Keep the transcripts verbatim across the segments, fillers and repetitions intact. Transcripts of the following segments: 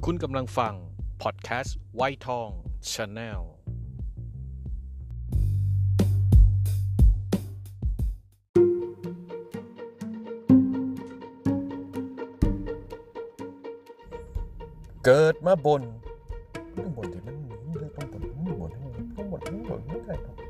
คุณกำลังฟังพอดแคสต์ไวท์ทอง Channel เกิดมาบนต้องบนที่มันต้องบนต้องบนต้องบนต้องบนไม่ได้ครับ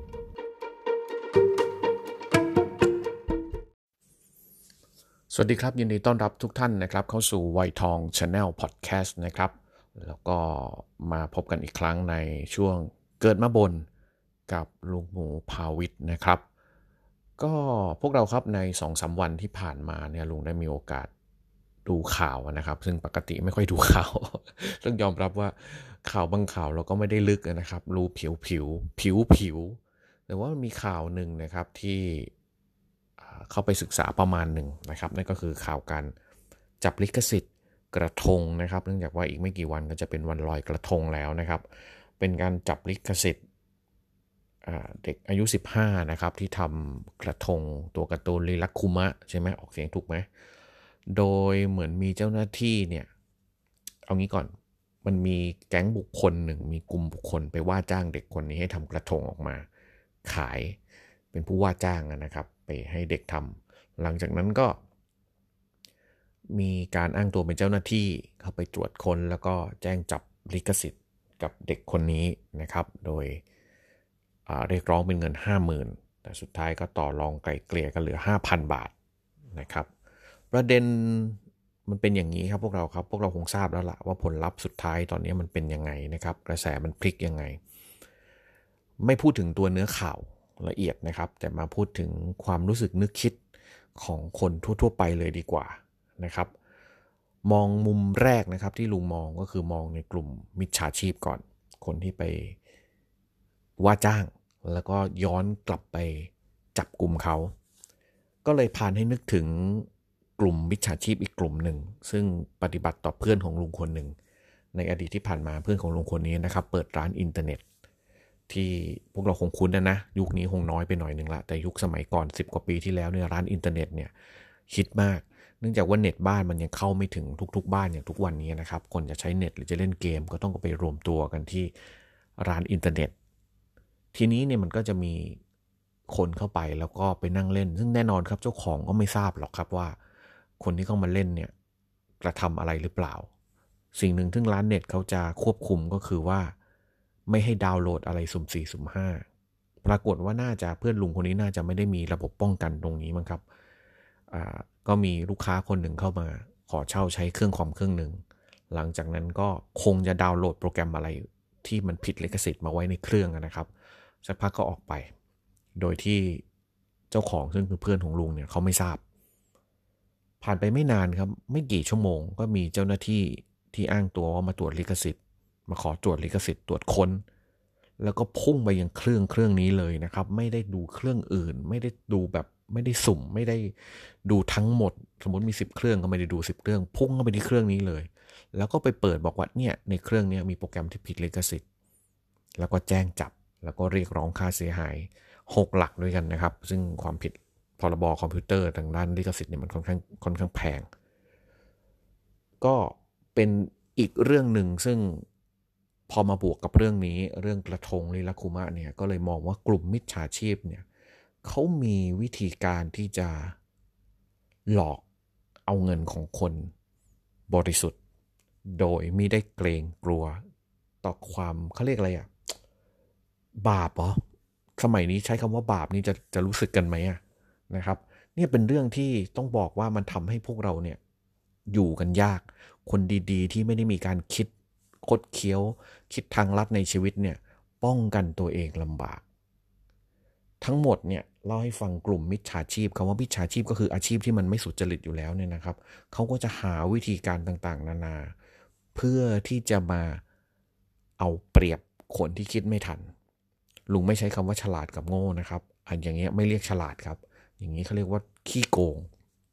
สวัสดีครับยินดีต้อนรับทุกท่านนะครับเข้าสู่ไวท์ทอง Channel Podcast นะครับแล้วก็มาพบกันอีกครั้งในช่วงเกิดมาบนกับลุงหมูภาวิทย์นะครับก็พวกเราครับใน สองถึงสาม วันที่ผ่านมาเนี่ยลุงได้มีโอกาสดูข่าวนะครับซึ่งปกติไม่ค่อยดูข่าว ต้องยอมรับว่าข่าวบางข่าวเราก็ไม่ได้ลึกนะครับรู้ผิวผิวผิวผิวแต่ว่ามีข่าวหนึ่งนะครับที่เข้าไปศึกษาประมาณหนึ่งนะครับนั่นก็คือข่าวการจับลิขสิทธิ์กระทงนะครับเนื่องจากว่าอีกไม่กี่วันก็จะเป็นวันลอยกระทงแล้วนะครับเป็นการจับลิขสิทธิ์เด็กอายุสิบห้านะครับที่ทำกระทงตัวการ์ตูนลิลักคุมะใช่ไหมออกเสียงถูกไหมโดยเหมือนมีเจ้าหน้าที่เนี่ยเอางี้ก่อนมันมีแก๊งบุคคลหนึ่งมีกลุ่มบุคคลไปว่าจ้างเด็กคนนี้ให้ทำกระทงออกมาขายเป็นผู้ว่าจ้างนะครับไปให้เด็กทำหลังจากนั้นก็มีการอ้างตัวเป็นเจ้าหน้าที่เข้าไปตรวจค้นแล้วก็แจ้งจับลิขสิทธิ์กับเด็กคนนี้นะครับโดยเรียกร้องเป็นเงิน ห้าหมื่น แต่สุดท้ายก็ต่อรองไกลเกลี่ยกันเหลือ ห้าพัน บาทนะครับประเด็นมันเป็นอย่างนี้ครับพวกเราครับพวกเราคงทราบแล้วล่ะว่าผลลัพธ์สุดท้ายตอนนี้มันเป็นยังไงนะครับกระแสมันพลิกยังไงไม่พูดถึงตัวเนื้อข่าวละเอียดนะครับแต่มาพูดถึงความรู้สึกนึกคิดของคนทั่วๆไปเลยดีกว่านะครับมองมุมแรกนะครับที่ลุงมองก็คือมองในกลุ่มมิจฉาชีพก่อนคนที่ไปว่าจ้างแล้วก็ย้อนกลับไปจับกลุ่มเขาก็เลยพานให้นึกถึงกลุ่มมิจฉาชีพอีกกลุ่มหนึ่งซึ่งปฏิบัติต่อเพื่อนของลุงคนหนึ่งในอดีตที่ผ่านมาเพื่อนของลุงคนนี้นะครับเปิดร้านอินเทอร์เน็ตที่พวกเราคงคุ้นนะนะยุคนี้คงน้อยไปหน่อยนึงละแต่ยุคสมัยก่อนสิบกว่าปีที่แล้วเนี่ยร้านอินเทอร์เน็ตเนี่ยฮิตมากเนื่องจากว่าเน็ตบ้านมันยังเข้าไม่ถึงทุกๆบ้านอย่างทุกวันนี้นะครับคนจะใช้เน็ตหรือจะเล่นเกมก็ต้องไปรวมตัวกันที่ร้านอินเทอร์เน็ตทีนี้เนี่ยมันก็จะมีคนเข้าไปแล้วก็ไปนั่งเล่นซึ่งแน่นอนครับเจ้าของก็ไม่ทราบหรอกครับว่าคนที่เข้ามาเล่นเนี่ยกระทำอะไรหรือเปล่าสิ่งหนึ่งที่ร้านเน็ตเขาจะควบคุมก็คือว่าไม่ให้ดาวน์โหลดอะไรสุ่มสี่สุ่มห้าปรากฏว่าน่าจะเพื่อนลุงคนนี้น่าจะไม่ได้มีระบบป้องกันตรงนี้มั้งครับก็มีลูกค้าคนหนึ่งเข้ามาขอเช่าใช้เครื่องคอมเครื่องหนึ่งหลังจากนั้นก็คงจะดาวน์โหลดโปรแกรมอะไรที่มันผิดลิขสิทธิ์มาไว้ในเครื่องนะครับสักพักก็ออกไปโดยที่เจ้าของซึ่งคือเพื่อนของลุงเนี่ยเขาไม่ทราบผ่านไปไม่นานครับไม่กี่ชั่วโมงก็มีเจ้าหน้าที่ที่อ้างตัวว่ามาตรวจลิขสิทธิ์มาขอตรวจลิขสิทธิ์ตรวจค้นแล้วก็พุ่งไปยังเครื่องเครื่องนี้เลยนะครับไม่ได้ดูเครื่องอื่นไม่ได้ดูแบบไม่ได้สุ่มไม่ได้ดูทั้งหมดสมมติมีสิบเครื่องก็ไม่ได้ดูสิบเครื่องพุ่งเข้าไปที่เครื่องนี้เลยแล้วก็ไปเปิดบอกว่าเนี่ยในเครื่องนี้มีโปรแกรมที่ผิดลิขสิทธิ์แล้วก็แจ้งจับแล้วก็เรียกร้องค่าเสียหายหกหลักด้วยกันนะครับซึ่งความผิดพรบคอมพิวเตอร์ทางด้านลิขสิทธิ์เนี่ยมันค่อนข้างค่อนข้างแพงก็เป็นอีกเรื่องหนึ่งซึ่งพอมาบวกกับเรื่องนี้เรื่องกระทงลิลักคุมะเนี่ยก็เลยมองว่ากลุ่มมิจฉาชีพเนี่ยเขามีวิธีการที่จะหลอกเอาเงินของคนบริสุทธิ์โดยไม่ได้เกรงกลัวต่อความเขาเรียกอะไรอะบาปเหรอสมัยนี้ใช้คำว่าบาปนี่จะจะรู้สึกกันไหมอะนะครับเนี่ยเป็นเรื่องที่ต้องบอกว่ามันทำให้พวกเราเนี่ยอยู่กันยากคนดีๆที่ไม่ได้มีการคิดคดเคี้ยวคิดทางลัดในชีวิตเนี่ยป้องกันตัวเองลำบากทั้งหมดเนี่ยเล่าให้ฟังกลุ่มมิจฉาชีพคำว่ามิจฉาชีพก็คืออาชีพที่มันไม่สุจริตอยู่แล้วเนี่ยนะครับเขาก็จะหาวิธีการต่างๆนานาเพื่อที่จะมาเอาเปรียบคนที่คิดไม่ทันลุงไม่ใช้คำว่าฉลาดกับโง่นะครับอันอย่างเงี้ยไม่เรียกฉลาดครับอย่างนี้เขาเรียกว่าขี้โกง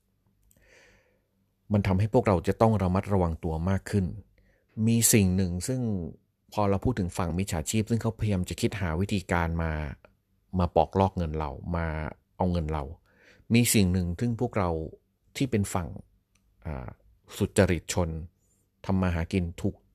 มันทำให้พวกเราจะต้องระมัดระวังตัวมากขึ้นมีสิ่งหนึ่งซึ่งพอเราพูดถึงฝั่งมิจฉาชีพซึ่งเขาพยายามจะคิดหาวิธีการมามาปอกลอกเงินเรามาเอาเงินเรามีสิ่งหนึ่งซึ่งพวกเราที่เป็นฝั่งสุจริตชนทำมาหากินถูก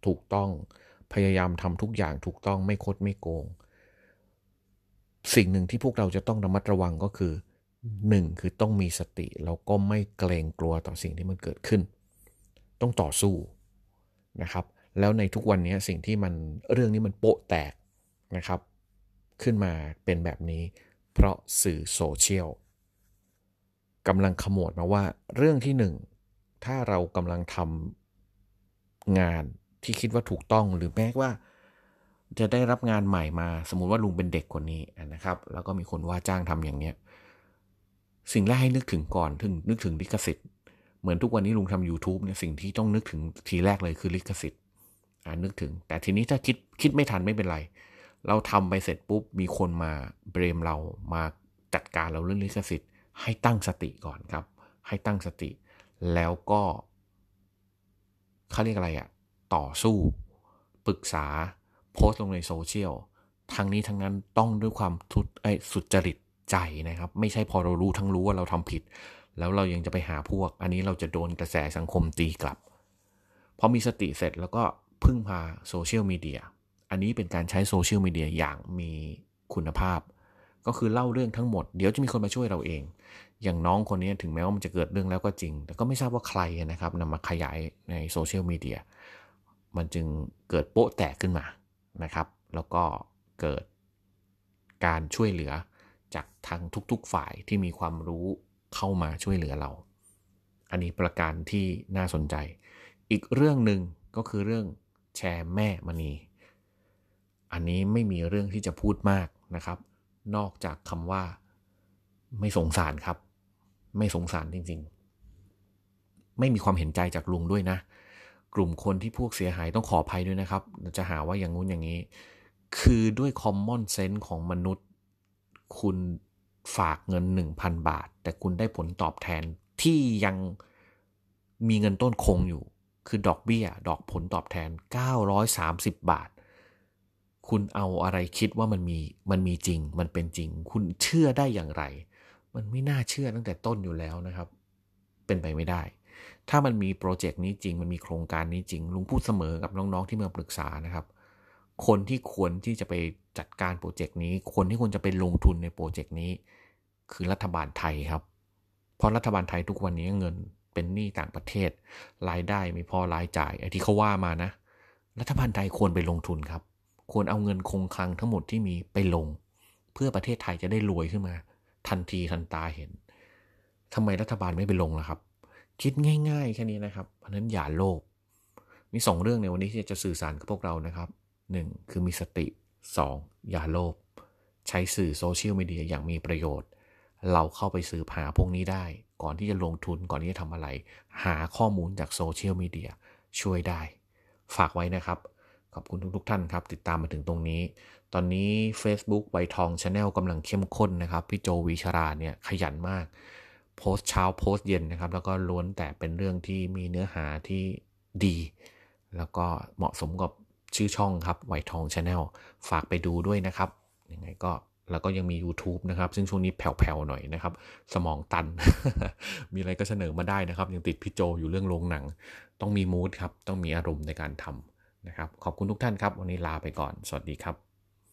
ถูกต้องพยายามทำทุกอย่างถูกต้องไม่คดไม่โกงสิ่งหนึ่งที่พวกเราจะต้องระมัดระวังก็คือหนึ่งคือต้องมีสติแล้วก็ไม่เกรงกลัวต่อสิ่งที่มันเกิดขึ้นต้องต่อสู้นะครับแล้วในทุกวันนี้สิ่งที่มันเรื่องนี้มันโป๊ะแตกนะครับขึ้นมาเป็นแบบนี้เพราะสื่อโซเชียลกำลังขมวดมาว่าเรื่องที่หนึ่งถ้าเรากำลังทำงานที่คิดว่าถูกต้องหรือแม้ว่าจะได้รับงานใหม่มาสมมุติว่าลุงเป็นเด็กคนนี้นะครับแล้วก็มีคนว่าจ้างทำอย่างเนี้ยสิ่งแรกให้นึกถึงก่อนถึงนึกถึงลิขสิทธิ์เหมือนทุกวันนี้ลุงทำ YouTube เนี่ยสิ่งที่ต้องนึกถึงทีแรกเลยคือลิขสิทธิ์อ่านึกถึงแต่ทีนี้ถ้าคิดคิดไม่ทันไม่เป็นไรเราทำไปเสร็จปุ๊บมีคนมาเบรมเรามาจัดการเราเรื่องลิขสิทธิ์ให้ตั้งสติก่อนครับให้ตั้งสติแล้วก็เขาเรียกอะไรอะต่อสู้ปรึกษาโพสต์ลงในโซเชียลทั้งนี้ทั้งนั้นต้องด้วยความทุดไอ้สุจริตใจนะครับไม่ใช่พอเรารู้ทั้งรู้ว่าเราทำผิดแล้วเรายังจะไปหาพวกอันนี้เราจะโดนกระแสสังคมตีกลับพอมีสติเสร็จแล้วก็พึ่งพาโซเชียลมีเดียอันนี้เป็นการใช้โซเชียลมีเดียอย่างมีคุณภาพก็คือเล่าเรื่องทั้งหมดเดี๋ยวจะมีคนมาช่วยเราเองอย่างน้องคนนี้ถึงแม้ว่ามันจะเกิดเรื่องแล้วก็จริงแต่ก็ไม่ทราบว่าใครนะครับนำมาขยายในโซเชียลมีเดียมันจึงเกิดโป๊ะแตกขึ้นมานะครับแล้วก็เกิดการช่วยเหลือจากทางทุกๆฝ่ายที่มีความรู้เข้ามาช่วยเหลือเราอันนี้ประการที่น่าสนใจอีกเรื่องหนึ่งก็คือเรื่องแชร์แม่มณีอันนี้ไม่มีเรื่องที่จะพูดมากนะครับนอกจากคำว่าไม่สงสารครับไม่สงสารจริงๆไม่มีความเห็นใจจากลุงด้วยนะกลุ่มคนที่พวกเสียหายต้องขออภัยด้วยนะครับจะหาว่าอย่างงู้นอย่างนี้คือด้วย common sense ของมนุษย์คุณฝากเงิน หนึ่งพัน บาทแต่คุณได้ผลตอบแทนที่ยังมีเงินต้นคงอยู่คือดอกเบี้ยดอกผลตอบแทนเก้าร้อยสามสิบบาทคุณเอาอะไรคิดว่ามันมีมันมีจริงมันเป็นจริงคุณเชื่อได้อย่างไรมันไม่น่าเชื่อตั้งแต่ต้นอยู่แล้วนะครับเป็นไปไม่ได้ถ้ามันมีโปรเจกต์นี้จริงมันมีโครงการนี้จริงลุงพูดเสมอกับน้องๆที่มาปรึกษานะครับคนที่ควรที่จะไปจัดการโปรเจกต์นี้คนที่ควรจะไปลงทุนในโปรเจกต์นี้คือรัฐบาลไทยครับเพราะรัฐบาลไทยทุกวันนี้เงินเป็นหนี้ต่างประเทศรายได้ไม่พอรายจ่ายไอ้ที่เขาว่ามานะรัฐบาลไทยควรไปลงทุนครับควรเอาเงินคงคลังทั้งหมดที่มีไปลงเพื่อประเทศไทยจะได้รวยขึ้นมาทันทีทันตาเห็นทำไมรัฐบาลไม่ไปลงล่ะครับคิดง่ายๆแค่นี้นะครับเพราะนั้นอย่าโลภมีสองเรื่องในวันนี้ที่จะสื่อสารกับพวกเรานะครับหนึ่งคือมีสติสองอย่าโลภใช้สื่อโซเชียลมีเดียอย่างมีประโยชน์เราเข้าไปสืบหาพวกนี้ได้ก่อนที่จะลงทุนก่อนที่จะทำอะไรหาข้อมูลจากโซเชียลมีเดียช่วยได้ฝากไว้นะครับขอบคุณทุกๆท่านครับติดตามมาถึงตรงนี้ตอนนี้ Facebook ไวทอง Channel กำลังเข้มข้นนะครับพี่โจวีชราเนี่ยขยันมากโพสต์เช้าโพสต์เย็นนะครับแล้วก็ล้วนแต่เป็นเรื่องที่มีเนื้อหาที่ดีแล้วก็เหมาะสมกับชื่อช่องครับไวทอง Channel ฝากไปดูด้วยนะครับยังไงก็แล้วก็ยังมี YouTube นะครับซึ่งช่วงนี้แผ่วๆหน่อยนะครับสมองตัน มีอะไรก็เสนอมาได้นะครับยังติดพี่โจอยู่เรื่องโรงหนังต้องมีมูดครับต้องมีอารมณ์ในการทำนะครับขอบคุณทุกท่านครับวันนี้ลาไปก่อนสวัสดีครับ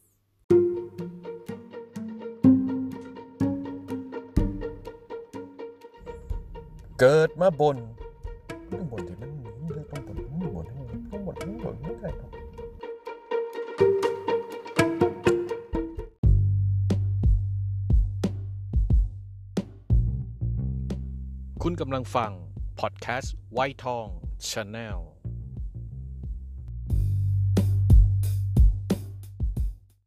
เกิดมาบนต้องบนแต่มันต้องบนต้องบนต้องบนต้องบนไม่ใช่ครับคุณกำลังฟังพอดแคสต์ไวท์ทอง Channel